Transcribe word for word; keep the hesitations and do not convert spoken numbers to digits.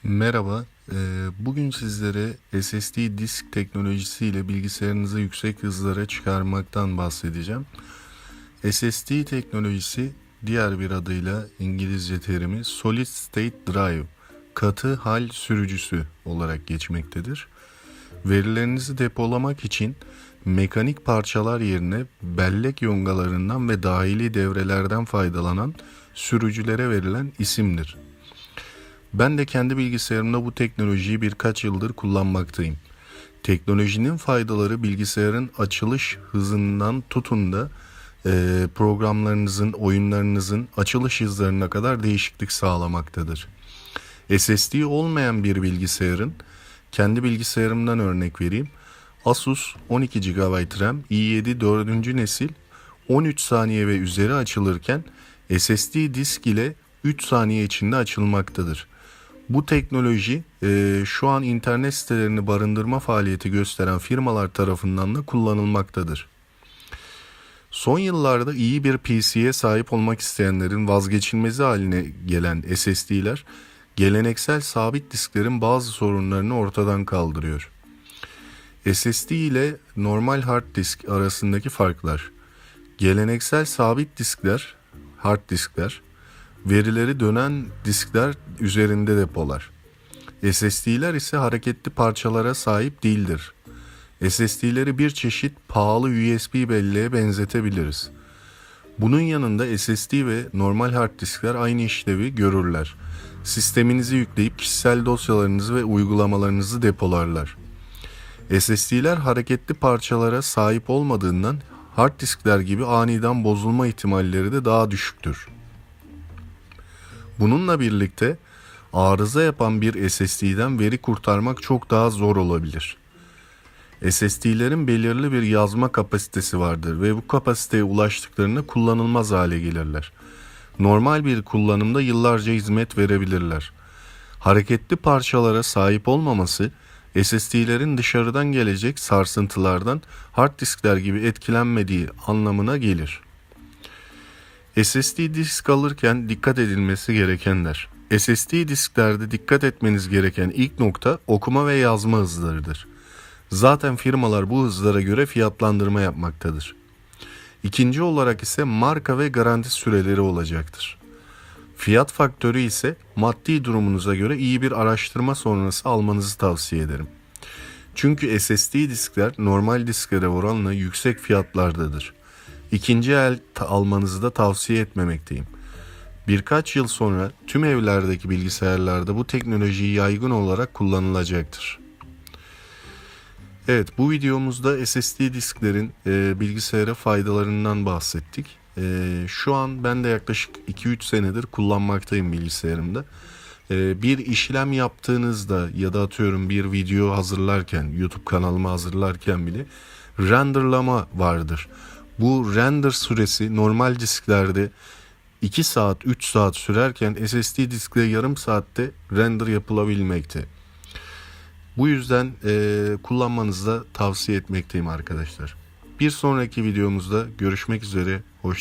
Merhaba, eee, bugün sizlere S S D disk teknolojisiyle bilgisayarınızı yüksek hızlara çıkarmaktan bahsedeceğim. S S D teknolojisi diğer bir adıyla İngilizce terimi Solid State Drive, katı hal sürücüsü olarak geçmektedir. Verilerinizi depolamak için mekanik parçalar yerine bellek yongalarından ve dahili devrelerden faydalanan sürücülere verilen isimdir. Ben de kendi bilgisayarımda bu teknolojiyi birkaç yıldır kullanmaktayım. Teknolojinin faydaları bilgisayarın açılış hızından tutun da e, programlarınızın, oyunlarınızın açılış hızlarına kadar değişiklik sağlamaktadır. S S D olmayan bir bilgisayarın, kendi bilgisayarımdan örnek vereyim. Asus on iki gigabayt RAM i yedi dördüncü nesil on üç saniye ve üzeri açılırken S S D disk ile üç saniye içinde açılmaktadır. Bu teknoloji e, şu an internet sitelerini barındırma faaliyeti gösteren firmalar tarafından da kullanılmaktadır. Son yıllarda iyi bir P C'ye sahip olmak isteyenlerin vazgeçilmezi haline gelen S S D'ler, geleneksel sabit disklerin bazı sorunlarını ortadan kaldırıyor. S S D ile normal hard disk arasındaki farklar. Geleneksel sabit diskler, hard diskler, verileri dönen diskler üzerinde depolar. S S D'ler ise hareketli parçalara sahip değildir. S S D'leri bir çeşit pahalı U S B belleğe benzetebiliriz. Bunun yanında S S D ve normal hard diskler aynı işlevi görürler. Sisteminizi yükleyip kişisel dosyalarınızı ve uygulamalarınızı depolarlar. S S D'ler hareketli parçalara sahip olmadığından hard diskler gibi aniden bozulma ihtimalleri de daha düşüktür. Bununla birlikte arıza yapan bir S S D'den veri kurtarmak çok daha zor olabilir. S S D'lerin belirli bir yazma kapasitesi vardır ve bu kapasiteye ulaştıklarında kullanılmaz hale gelirler. Normal bir kullanımda yıllarca hizmet verebilirler. Hareketli parçalara sahip olmaması, S S D'lerin dışarıdan gelecek sarsıntılardan hard diskler gibi etkilenmediği anlamına gelir. S S D disk alırken dikkat edilmesi gerekenler. S S D disklerde dikkat etmeniz gereken ilk nokta okuma ve yazma hızlarıdır. Zaten firmalar bu hızlara göre fiyatlandırma yapmaktadır. İkinci olarak ise marka ve garanti süreleri olacaktır. Fiyat faktörü ise maddi durumunuza göre iyi bir araştırma sonrası almanızı tavsiye ederim. Çünkü S S D diskler normal disklere oranla yüksek fiyatlardadır. İkinci el almanızı da tavsiye etmemekteyim. Birkaç yıl sonra tüm evlerdeki bilgisayarlarda bu teknolojiyi yaygın olarak kullanılacaktır. Evet, bu videomuzda S S D disklerin e, bilgisayara faydalarından bahsettik. E, şu an ben de yaklaşık iki üç senedir kullanmaktayım bilgisayarımda. E, bir işlem yaptığınızda ya da atıyorum bir video hazırlarken, YouTube kanalımı hazırlarken bile renderlama vardır. Bu render süresi normal disklerde iki saat üç saat sürerken S S D diskte yarım saatte render yapılabilmekte. Bu yüzden e, kullanmanızı da tavsiye etmekteyim arkadaşlar. Bir sonraki videomuzda görüşmek üzere. Hoşçakalın.